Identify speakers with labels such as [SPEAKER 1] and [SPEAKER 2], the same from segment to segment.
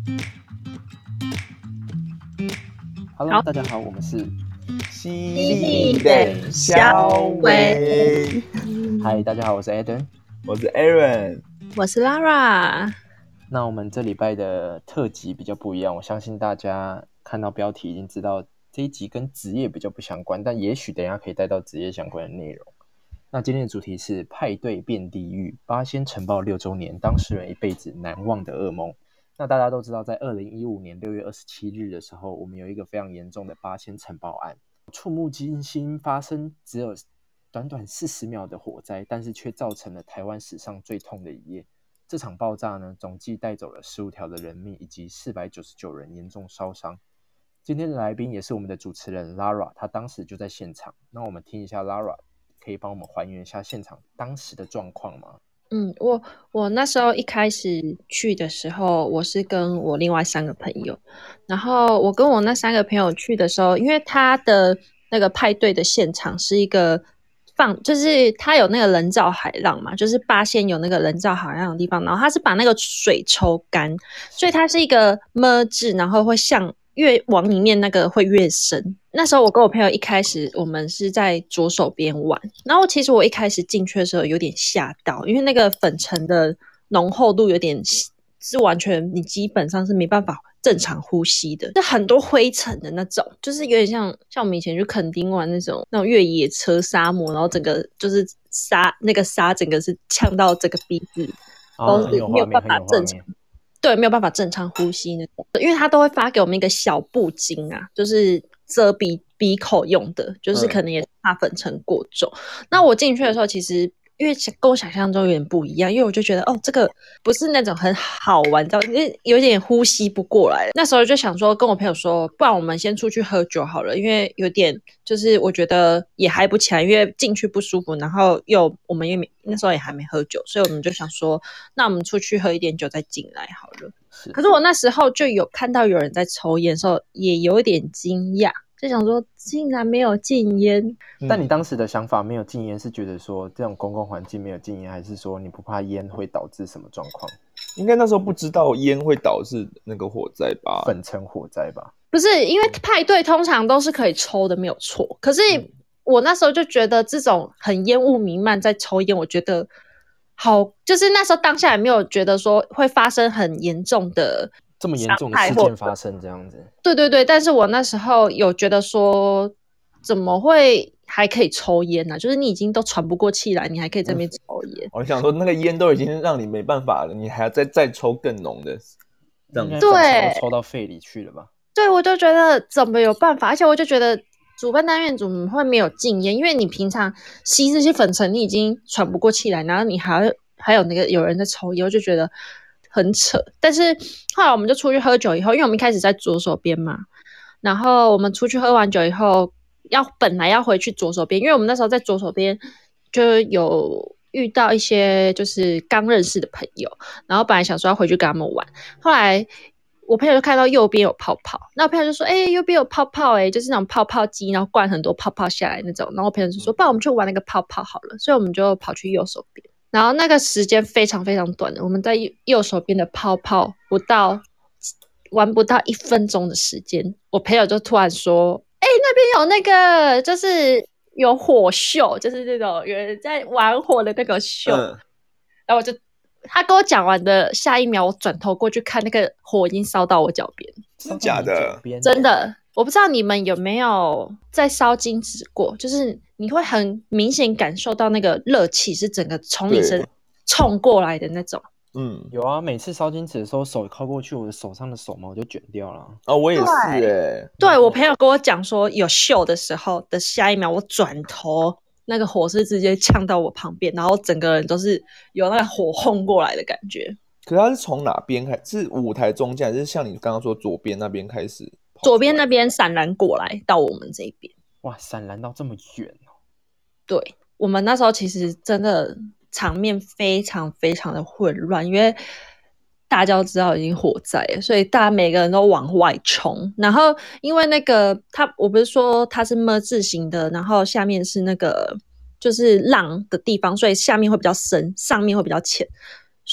[SPEAKER 1] Hello，大家好，我们是
[SPEAKER 2] 犀利的小伟。
[SPEAKER 1] 嗨，大家好，我是 Adam，
[SPEAKER 2] 我是 Aaron，
[SPEAKER 3] 我是 Lara。
[SPEAKER 1] 那我们这礼拜的特辑比较不一样，我相信大家看到标题已经知道这一集跟职业比较不相关，但也许等一下可以带到职业相关的内容。那今天的主题是派对变地狱，八仙城堡6周年，当事人一辈子难忘的噩梦。那大家都知道，在2015年6月27日的时候，我们有一个非常严重的八仙城堡案，触目惊心，发生只有短短40秒的火灾，但是却造成了台湾史上最痛的一夜。这场爆炸呢，总计带走了15条的人命，以及499人严重烧伤。今天的来宾也是我们的主持人 Lara， 她当时就在现场。那我们听一下 Lara， 可以帮我们还原一下现场当时的状况吗？
[SPEAKER 3] 我那时候一开始去的时候，我是跟我另外3个朋友，然后我跟我那3个朋友去的时候，因为他的那个派对的现场是一个就是他有那个人造海浪嘛，就是八仙有那个人造海浪的地方，然后他是把那个水抽干，所以它是一个么字，然后会向越往里面那个会越深。那时候我跟我朋友一开始我们是在左手边玩，然后其实我一开始进去的时候有点吓到，因为那个粉尘的浓厚度有点是完全你基本上是没办法正常呼吸的，是很多灰尘的那种，就是有点像我们以前去垦丁玩那种越野车沙漠，然后整个就是那个沙整个是呛到这个鼻子，都是没有办法正常。对，没有办法正常呼吸那种，因为他都会发给我们一个小布巾啊，就是遮鼻口用的，就是可能也怕粉尘过重。那我进去的时候，其实因为跟我想象中有点不一样，因为我就觉得这个不是那种很好玩，有点呼吸不过来。那时候就想说，跟我朋友说，不然我们先出去喝酒好了，因为有点就是我觉得也嗨不起来，因为进去不舒服，然后我们那时候也还没喝酒，所以我们就想说，那我们出去喝一点酒再进来好了。可是我那时候就有看到有人在抽烟的时候，也有一点惊讶，就想说竟然没有禁烟。
[SPEAKER 1] 但你当时的想法没有禁烟，是觉得说这种公共环境没有禁烟，还是说你不怕烟会导致什么状况？
[SPEAKER 2] 应该那时候不知道烟会导致那个火灾吧？
[SPEAKER 1] 粉尘火灾吧？
[SPEAKER 3] 不是，因为派对通常都是可以抽的，没有错。可是我那时候就觉得这种很烟雾弥漫在抽烟，我觉得好，就是那时候当下也没有觉得说会发生很严重的
[SPEAKER 1] 这么严重的事件发生这样子。
[SPEAKER 3] 对对对，但是我那时候有觉得说怎么会还可以抽烟呢？就是你已经都喘不过气来，你还可以在那边抽烟。
[SPEAKER 2] 我想说那个烟都已经让你没办法了，你还要再抽更浓的，这样子
[SPEAKER 3] 对，
[SPEAKER 1] 抽到肺里去了吧？
[SPEAKER 3] 对，我就觉得怎么有办法，而且我就觉得主办单位怎么会没有禁烟？因为你平常吸这些粉尘，你已经喘不过气来，然后你还有那个有人在抽烟，我就觉得很扯。但是后来我们就出去喝酒以后，因为我们一开始在左手边嘛，然后我们出去喝完酒以后，本来要回去左手边，因为我们那时候在左手边就有遇到一些就是刚认识的朋友，然后本来想说要回去跟他们玩，后来我朋友就看到右边有泡泡，那我朋友就说右边有泡泡就是那种泡泡机，然后灌很多泡泡下来那种，然后我朋友就说不然我们去玩那个泡泡好了，所以我们就跑去右手边，然后那个时间非常非常短的，我们在右手边的泡泡玩不到1分钟的时间，我朋友就突然说那边有那个就是有火秀，就是那种有人在玩火的那个秀，然后他跟我讲完的下一秒，我转头过去看，那个火已经烧到我脚边。
[SPEAKER 2] 真假的？
[SPEAKER 3] 真的，我不知道你们有没有在烧金纸过，就是你会很明显感受到那个热气是整个从你身冲过来的那种。
[SPEAKER 1] 有啊，每次烧金纸的时候，手靠过去，我的手上的手毛就卷掉了。
[SPEAKER 2] 我也是
[SPEAKER 3] 对，我朋友跟我讲说，有秀的时候的下一秒，我转头，那个火是直接呛到我旁边，然后整个人都是有那个火轰过来的感觉。
[SPEAKER 2] 可是他是从哪边开始？是舞台中间，还是像你刚刚说左边那边开始？
[SPEAKER 3] 左边那边闪燃过来到我们这边。
[SPEAKER 1] 哇，闪燃到这么远
[SPEAKER 3] 对，我们那时候其实真的场面非常非常的混乱，因为大家都知道已经火灾了，所以大家每个人都往外冲。然后因为那个我不是说它是么字形的，然后下面是那个就是浪的地方，所以下面会比较深，上面会比较浅。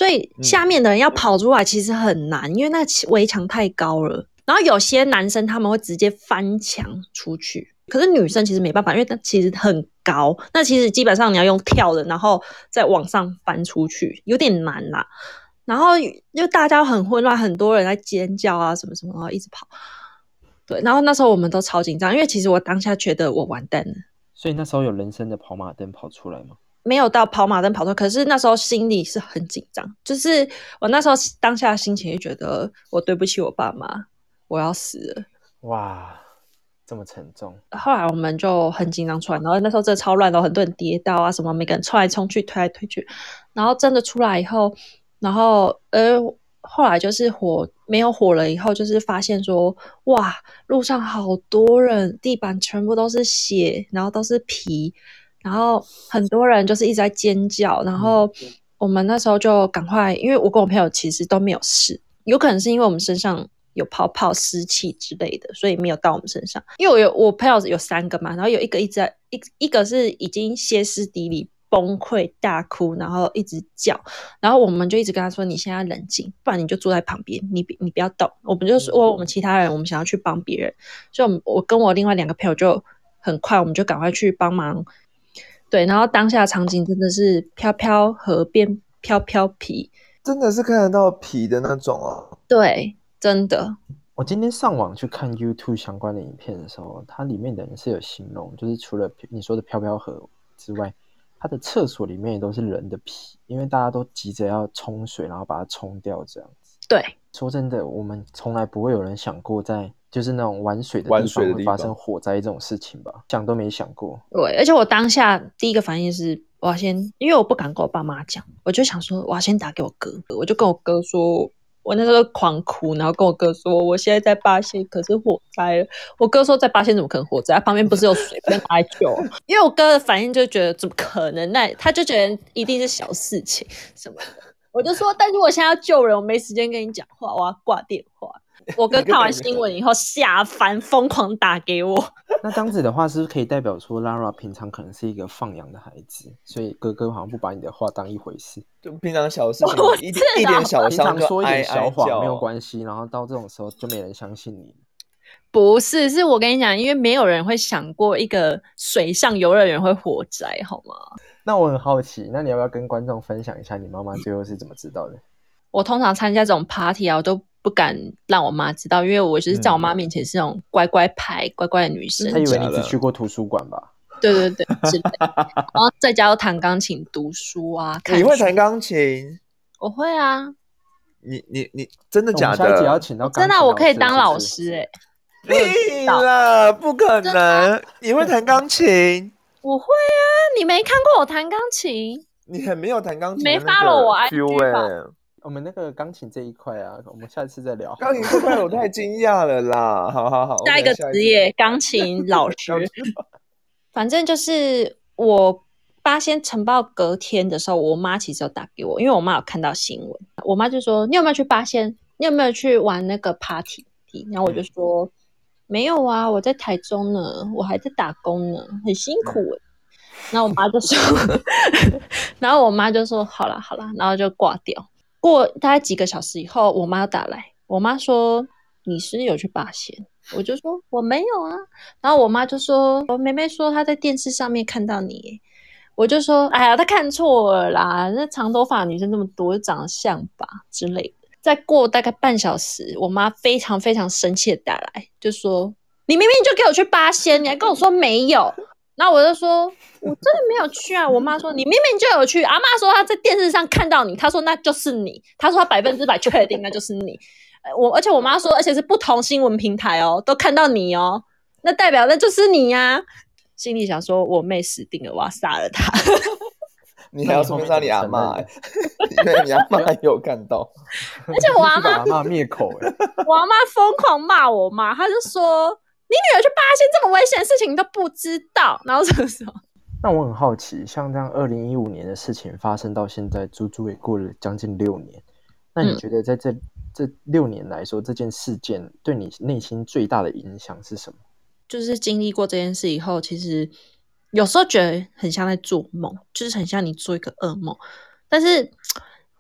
[SPEAKER 3] 所以下面的人要跑出来其实很难，因为那围墙太高了。然后有些男生他们会直接翻墙出去，可是女生其实没办法，因为它其实很高，那其实基本上你要用跳的，然后再往上翻出去，有点难啦。然后就大家很混乱，很多人在尖叫啊什么什么，然后一直跑。对，然后那时候我们都超紧张，因为其实我当下觉得我完蛋了。
[SPEAKER 1] 所以那时候有人生的跑马灯跑出来吗？
[SPEAKER 3] 没有到跑马灯跑出来，可是那时候心里是很紧张，就是我那时候当下的心情就觉得我对不起我爸妈，我要死了。
[SPEAKER 1] 哇，这么沉重。
[SPEAKER 3] 后来我们就很紧张出来，然后那时候真的超乱的，很多人跌倒啊什么，每个人冲来冲去，推来推去。然后真的出来以后，然后后来就是火没有火了以后，就是发现说哇，路上好多人，地板全部都是血，然后都是皮，然后很多人就是一直在尖叫。然后我们那时候就赶快，因为我跟我朋友其实都没有事，有可能是因为我们身上有泡泡湿气之类的，所以没有到我们身上。因为我朋友有3个嘛，然后有一个一直在一个是已经歇斯底里崩溃大哭，然后一直叫，然后我们就一直跟他说你现在冷静，不然你就坐在旁边，你不要动。我们就说我们其他人我们想要去帮别人，所以我跟我另外2个朋友就很快我们就赶快去帮忙。对，然后当下的场景真的是飘飘河变飘飘皮，
[SPEAKER 2] 真的是看得到皮的那种哦。
[SPEAKER 3] 对，真的。
[SPEAKER 1] 我今天上网去看 YouTube 相关的影片的时候，它里面的人是有形容，就是除了你说的飘飘河之外，它的厕所里面也都是人的皮，因为大家都急着要冲水，然后把它冲掉这样子。
[SPEAKER 3] 对，
[SPEAKER 1] 说真的，我们从来不会有人想过在就是那种玩水的地方会发生火灾这种事情吧？想都没想过。
[SPEAKER 3] 对，而且我当下第一个反应是，我要先，因为我不敢跟我爸妈讲，我就想说我要先打给我哥，我就跟我哥说，我那时候狂哭，然后跟我哥说，我现在在八仙，可是火灾了。我哥说在八仙怎么可能火灾？旁边不是有水，不能拿来救。因为我哥的反应就觉得怎么可能？那他就觉得一定是小事情什么的。我就说，但是我现在要救人，我没时间跟你讲话，我要挂电话。我哥看完新闻以后下翻，疯狂打给我。
[SPEAKER 1] 那这样子的话，是不是可以代表说 Lara 平常可能是一个放养的孩子，所以哥哥好像不把你的话当一回事，
[SPEAKER 2] 就平常小事情一点小伤就
[SPEAKER 1] 说一点小谎没有
[SPEAKER 2] 系，
[SPEAKER 1] 关系，然后到这种时候就没人相信你。
[SPEAKER 3] 不是，是我跟你讲，因为没有人会想过一个水上游乐园会火灾，好吗？
[SPEAKER 1] 那我很好奇，那你要不要跟观众分享一下你妈妈最后是怎么知道的？
[SPEAKER 3] 我通常参加这种 party 啊，我都不敢让我妈知道，因为我就是在我妈面前是那种乖乖牌、乖乖的女生。
[SPEAKER 1] 她以为你只去过图书馆吧？
[SPEAKER 3] 对对对，之类的。然后在家都弹钢琴、读书啊。看书。
[SPEAKER 2] 你会弹钢琴？
[SPEAKER 3] 我会啊。
[SPEAKER 2] 你真的假的？
[SPEAKER 1] 我们下一集要请到钢琴
[SPEAKER 3] 真的，我可以当老师欸。
[SPEAKER 2] 屁啦，不可能！你会弹钢琴？
[SPEAKER 3] 我会啊，你没看过我弹钢琴？
[SPEAKER 2] 你很没有弹钢琴，
[SPEAKER 3] 没 follow 我 IG 吧？
[SPEAKER 1] 我们那个钢琴这一块啊，我们下次再聊。
[SPEAKER 2] 钢琴这块我太惊讶了啦！好，
[SPEAKER 3] 下一个职业钢琴老师。反正就是我八仙晨报隔天的时候，我妈其实有打给我，因为我妈有看到新闻，我妈就说你有没有去八仙？你有没有去玩那个 party？ 然后我就说没有啊，我在台中呢，我还在打工呢，很辛苦欸。然后我妈就说然后我妈就说好啦，然后就挂掉。过大概几个小时以后，我妈打来，我妈说你是有去八仙？我就说我没有啊。然后我妈就说我妹妹说她在电视上面看到你。我就说哎呀，她看错了啦，那长头发女生这么多，就长得像吧之类的。再过大概半小时，我妈非常非常生气的打来，就说你明明就给我去八仙，你还跟我说没有。然后我就说我真的没有去啊。我妈说你明明就有去。阿嬷说她在电视上看到你，她说那就是你，她说她100%确定那就是你。而且我妈说，而且是不同新闻平台哦，都看到你哦，那代表那就是你呀。心里想说我妹死定了，我要杀了她。
[SPEAKER 2] 你还要说杀你阿嬷因为你阿嬷有看到。
[SPEAKER 3] 而且我阿
[SPEAKER 1] 嬷灭口
[SPEAKER 3] 我阿嬷疯狂骂我妈，她就说你女儿去八仙这么危险的事情你都不知道，然后什么。
[SPEAKER 1] 那我很好奇，像这样2015年的事情发生到现在，足足也过了将近6年。那你觉得在这6年来说，这件事件对你内心最大的影响是什么？
[SPEAKER 3] 就是经历过这件事以后，其实有时候觉得很像在做梦，就是很像你做一个噩梦。但是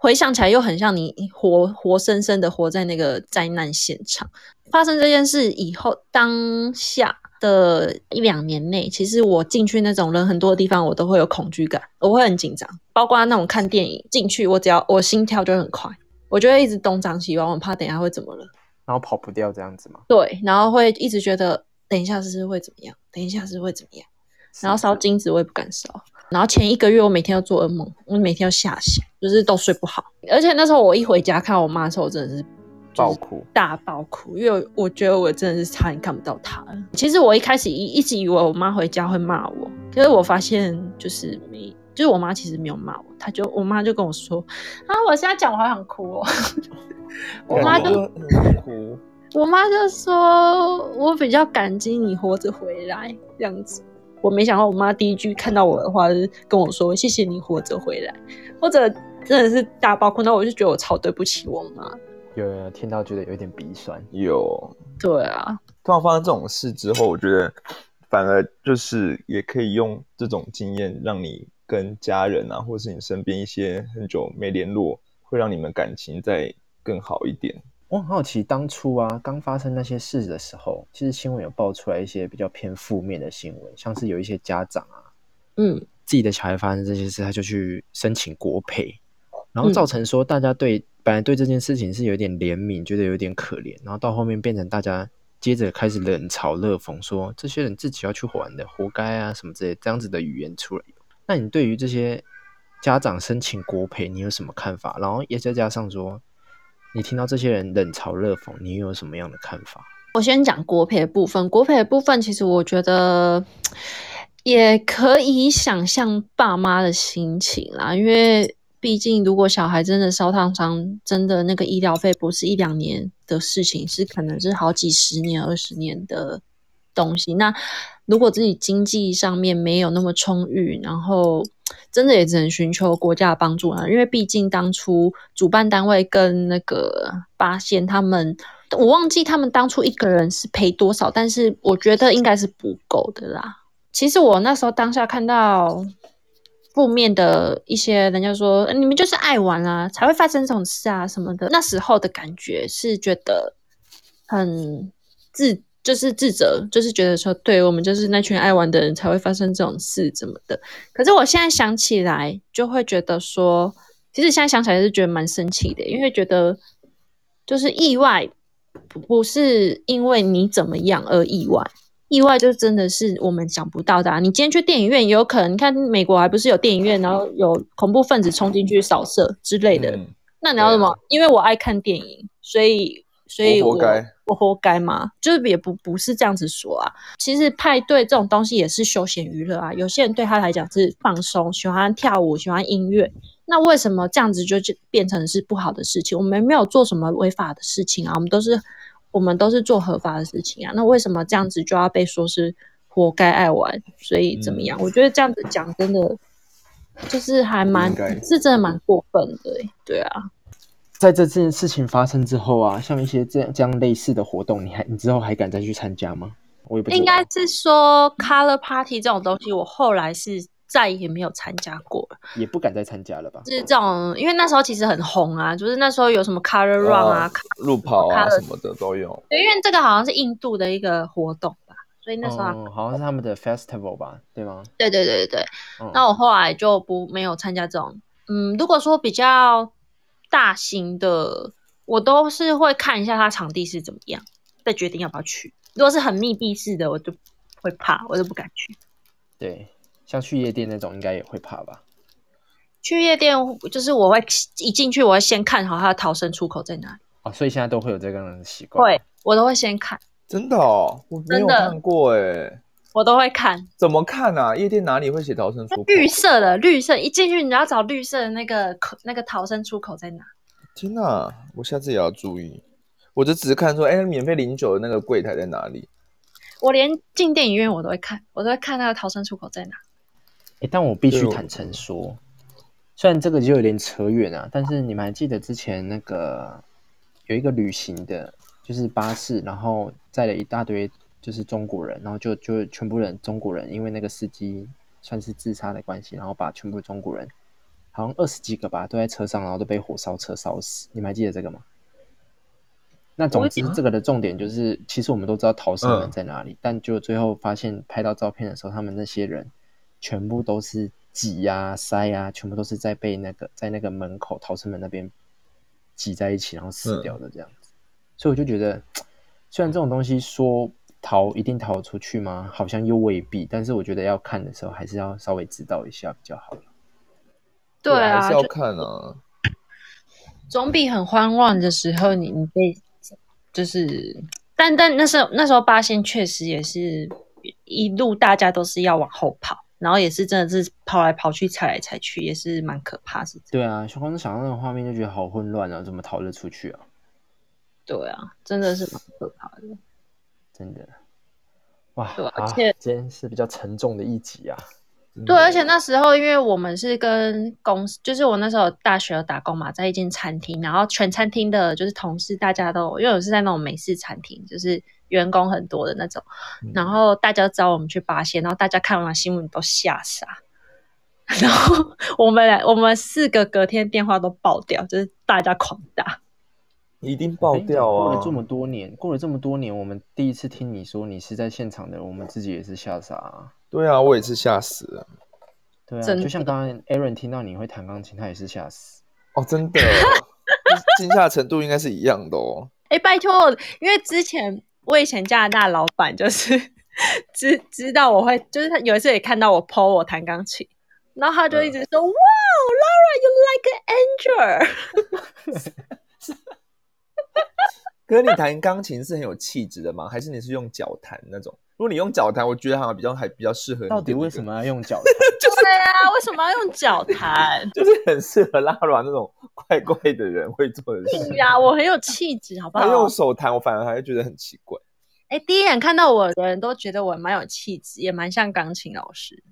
[SPEAKER 3] 回想起来又很像你活生生的活在那个灾难现场。发生这件事以后，当下的1-2年内，其实我进去那种人很多的地方，我都会有恐惧感，我会很紧张。包括那种看电影进去，我心跳就会很快，我就会一直东张西望，我怕等一下会怎么了，
[SPEAKER 1] 然后跑不掉这样子吗？
[SPEAKER 3] 对，然后会一直觉得等一下是会怎么样，等一下是会怎么样，然后烧金子我也不敢烧。然后前1个月我每天都做噩梦，我每天都吓醒，就是都睡不好。而且那时候我一回家看我妈的时候，我真的是
[SPEAKER 1] 爆哭，
[SPEAKER 3] 大爆哭，因为我觉得我真的是差点看不到她了。其实我一开始一直以为我妈回家会骂我，可是我发现就是我妈其实没有骂我，我妈就跟我说啊，我现在讲我好想哭哦。我妈就
[SPEAKER 2] 哭，
[SPEAKER 3] 我妈就说我比较感激你活着回来这样子。我没想到我妈第一句看到我的话就是跟我说谢谢你活着回来，或者真的是大爆哭，那我就觉得我超对不起我妈。
[SPEAKER 1] 有听到觉得有点鼻酸。
[SPEAKER 2] 有，
[SPEAKER 3] 对啊，
[SPEAKER 2] 通常发生这种事之后，我觉得反而就是也可以用这种经验让你跟家人啊，或是你身边一些很久没联络，会让你们感情再更好一点。
[SPEAKER 1] 我很好奇，当初啊刚发生那些事的时候，其实新闻有爆出来一些比较偏负面的新闻，像是有一些家长啊，自己的小孩发生这些事，他就去申请国赔，然后造成说大家本来对这件事情是有点怜悯，觉得有点可怜，然后到后面变成大家接着开始冷嘲热讽，说这些人自己要去还的，活该啊什么之类这样子的语言出来。那你对于这些家长申请国赔，你有什么看法？然后也再加上说，你听到这些人冷嘲热讽，你有什么样的看法？
[SPEAKER 3] 我先讲国赔的部分。国赔的部分，其实我觉得也可以想象爸妈的心情啦，因为毕竟如果小孩真的烧烫伤，真的那个医疗费不是1-2年的事情，是可能是好几10年、20年的东西。那如果自己经济上面没有那么充裕，然后真的也只能寻求国家的帮助啦，因为毕竟当初主办单位跟那个八仙他们，我忘记他们当初一个人是赔多少，但是我觉得应该是不够的啦。其实我那时候当下看到负面的一些人家说你们就是爱玩啊，才会发生这种事啊什么的，那时候的感觉是觉得很就是自责，就是觉得说对，我们就是那群爱玩的人才会发生这种事怎么的。可是我现在想起来就会觉得说，其实现在想起来是觉得蛮生气的，因为觉得就是意外不是因为你怎么样而意外，意外就真的是我们想不到的啊。你今天去电影院也有可能，你看美国还不是有电影院，然后有恐怖分子冲进去扫射之类的，那你要什么？因为我爱看电影，所以我活该吗？就是也不是这样子说啊。其实派对这种东西也是休闲娱乐啊，有些人对他来讲是放松，喜欢跳舞，喜欢音乐。那为什么这样子就变成是不好的事情？我们没有做什么违法的事情啊，我们都是做合法的事情啊。那为什么这样子就要被说是活该爱玩？所以怎么样？我觉得这样子讲真的就是是真的蛮过分的对啊。
[SPEAKER 1] 在这件事情发生之后啊，像一些这样类似的活动，你之后还敢再去参加吗？我也不知道。
[SPEAKER 3] 应该是说 Color Party 这种东西，我后来是再也没有参加过了，
[SPEAKER 1] 也不敢再参加了吧？
[SPEAKER 3] 就是这种，因为那时候其实很红啊，就是那时候有什么 Color Run 啊、
[SPEAKER 2] 路跑啊什么的都有。
[SPEAKER 3] 对，因为这个好像是印度的一个活动吧，所以那时候
[SPEAKER 1] 好像是他们的 festival 吧，对吗？
[SPEAKER 3] 对。那我后来就没有参加这种，如果说比较大型的，我都是会看一下它场地是怎么样，再决定要不要去。如果是很密闭式的，我就会怕，我就不敢去。
[SPEAKER 1] 对，像去夜店那种应该也会怕吧？
[SPEAKER 3] 去夜店就是我会一进去，我会先看好它的逃生出口在哪里。
[SPEAKER 1] 哦，所以现在都会有这个的习惯。
[SPEAKER 3] 会，我都会先看。
[SPEAKER 2] 真的哦，我没有看过
[SPEAKER 3] 我都会看。
[SPEAKER 2] 怎么看啊？夜店哪里会写逃生出口？
[SPEAKER 3] 绿色一进去你要找绿色的那个逃生出口在哪。
[SPEAKER 2] 天哪，我下次也要注意。我就只是看说免费领酒的那个柜台在哪里。
[SPEAKER 3] 我连进电影院我都会看，我都会看那个逃生出口在哪。
[SPEAKER 1] 但我必须坦诚说，虽然这个就有点扯远啊，但是你们还记得之前那个有一个旅行的，就是巴士，然后载了一大堆就是中国人，然后就全部中国人，因为那个司机算是自杀的关系，然后把全部中国人好像20几个吧，都在车上，然后都被火烧车烧死。你们还记得这个吗？那总之，这个的重点就是，其实我们都知道逃生门在哪里，但就最后发现拍到照片的时候，他们那些人全部都是挤啊、塞啊，全部都是在被在那个门口逃生门那边挤在一起，然后死掉的这样子。所以我就觉得，虽然这种东西说一定逃得出去吗？好像又未必，但是我觉得要看的时候，还是要稍微知道一下比较好。
[SPEAKER 3] 对啊，
[SPEAKER 2] 还是要看啊，
[SPEAKER 3] 总比很慌乱的时候你被就是，但那时候八仙确实也是一路大家都是要往后跑，然后也是真的是跑来跑去、踩来踩去，也是蛮可怕的。
[SPEAKER 1] 对啊，光是想到那个画面就觉得好混乱啊，怎么逃得出去啊？
[SPEAKER 3] 对啊，真的是蛮可怕的，
[SPEAKER 1] 真的。哇，
[SPEAKER 3] 对，而且
[SPEAKER 1] 今天是比较沉重的一集啊。
[SPEAKER 3] 对，而且那时候因为我们是跟公司，就是我那时候大学有打工嘛，在一间餐厅，然后全餐厅的就是同事大家都，因为我是在那种美式餐厅，就是员工很多的那种，然后大家找我们去拔线，然后大家看完新闻都吓傻，然后我们4个隔天电话都爆掉，就是大家狂打。
[SPEAKER 2] 一定爆掉啊！
[SPEAKER 1] 过了这么多年，我们第一次听你说你是在现场的，我们自己也是吓傻啊。
[SPEAKER 2] 对啊，我也是吓死了。
[SPEAKER 1] 对啊，就像刚刚 Aaron 听到你会弹钢琴，他也是吓死。
[SPEAKER 2] 哦，真的，惊吓程度应该是一样的哦。
[SPEAKER 3] 拜托，因为我以前加拿大老板就是知道我会，就是他有一次也看到我 po 我弹钢琴，然后他就一直说，哇 ，Laura you like an angel
[SPEAKER 2] 可是你弹钢琴是很有气质的吗？还是你是用脚弹那种？如果你用脚弹，我觉得好像还比较适合你。
[SPEAKER 1] 到底为什么要用脚弹？
[SPEAKER 3] 对啊，为什么要用脚弹？
[SPEAKER 2] 就是很适合Lara那种怪怪的人会做的事。
[SPEAKER 3] 对啊，我很有气质，好不好？
[SPEAKER 2] 他用手弹，我反而还会觉得很奇怪。
[SPEAKER 3] 第一眼看到我的人都觉得我蛮有气质，也蛮像钢琴老师。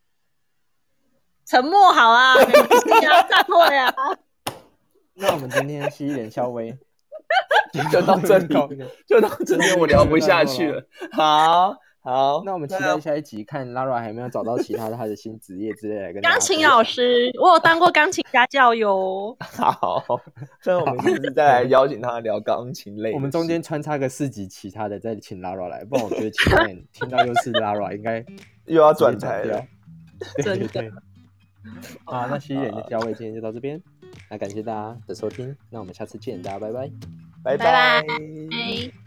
[SPEAKER 3] 沉默好啊，没关系啊，散会啊。
[SPEAKER 1] 那我们今天吸一点稍微
[SPEAKER 2] 就到这里，就到这边，我聊不下去了。好，
[SPEAKER 1] 那我们期待下一集，看 Lara 还有没有找到其他的新职业之类的跟
[SPEAKER 3] 钢琴老师，我有当过钢琴家教哟。
[SPEAKER 2] 好，那我们是不是再来邀请他聊钢琴类的？
[SPEAKER 1] 我们中间穿插个4集其他的，再请 Lara 来，不然我觉得前面听到又是 Lara， 应该
[SPEAKER 2] 又要转台了。
[SPEAKER 3] 真的。
[SPEAKER 1] 好，那吸一点的消味今天就到这边，那感谢大家的收听，那我们下次见，大家拜拜，
[SPEAKER 2] 拜拜。